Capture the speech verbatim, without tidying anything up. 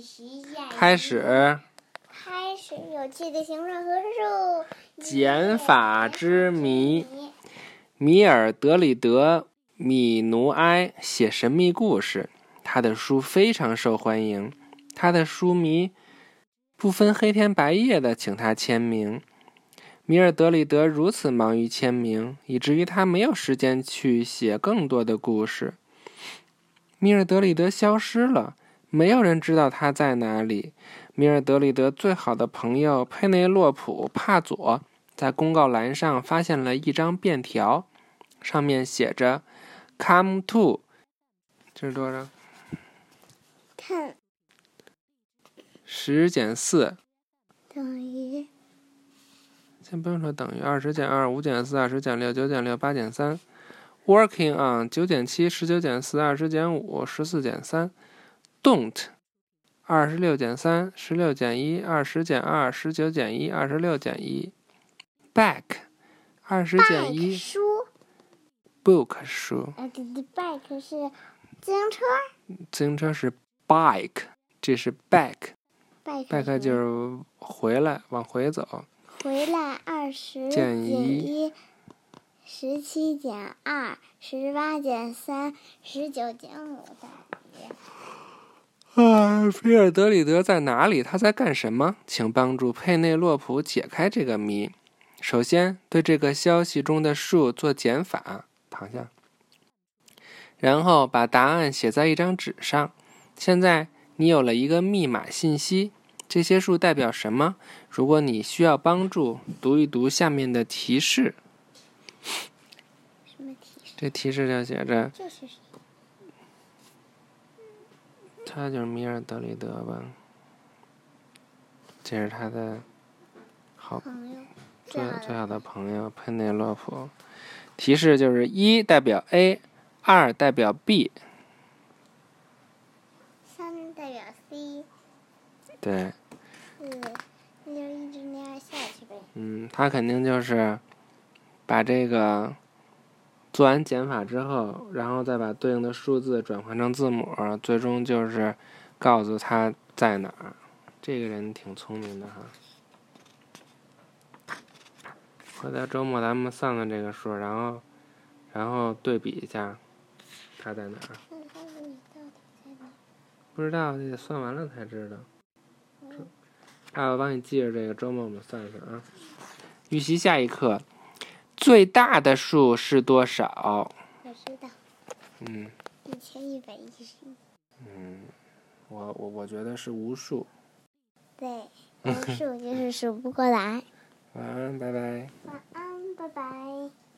习下开始。 开始有趣的形状和数。 减法之谜。米尔德里德米努埃写神秘故事，他的书非常受欢迎，他的书迷不分黑天白夜的请他签名。米尔德里德如此忙于签名，以至于他没有时间去写更多的故事。米尔德里德消失了，没有人知道他在哪里。米尔德里德最好的朋友佩内洛普·帕佐在公告栏上发现了一张便条，上面写着 Come to， 这是多少？ 看， 十减四等于， 先不用说等于，二十减二，五减四，二十减六，九减六，八减三。Working on 九减七，十九减四，二十减五，十四减三。Don't 二十六减三，十六减一，二十减二，十九减一，二十六减一。Back 二十减一。 书。 Book 书。 呃，对对 ，back 是自行车。 自行车是 bike， 这是 back。back back 就是回来，往回走。 回来二十减一，十七减二，十八减三，十九减五等于。 啊，菲尔德里德在哪里？他在干什么？请帮助佩内洛普解开这个谜。首先，对这个消息中的数做减法，躺下。然后把答案写在一张纸上。现在你有了一个密码信息，这些数代表什么？如果你需要帮助，读一读下面的提示。 什么提示？ 这提示就写着。 这是谁？ 他就是米尔德里德吧？这是他的好朋友， 最最好的朋友佩内洛普。提示就是一代表 A， 二代表 B， 三代表 C， 对， 四，那就一直那样下去呗。 嗯，他肯定就是把这个做完减法之后，然后再把对应的数字转换成字母，最终就是告诉他在哪儿。这个人挺聪明的哈。回到周末咱们算算这个数，然后然后对比一下他在哪儿。不知道，得算完了才知道。啊，我帮你记着这个，周末我们算算啊。预习下一课，最大的数是多少？ 我知道。 嗯。 一千一百一十一。 嗯，我我我觉得是无数。 对，无数就是数不过来。 晚安，拜拜。 晚安，拜拜。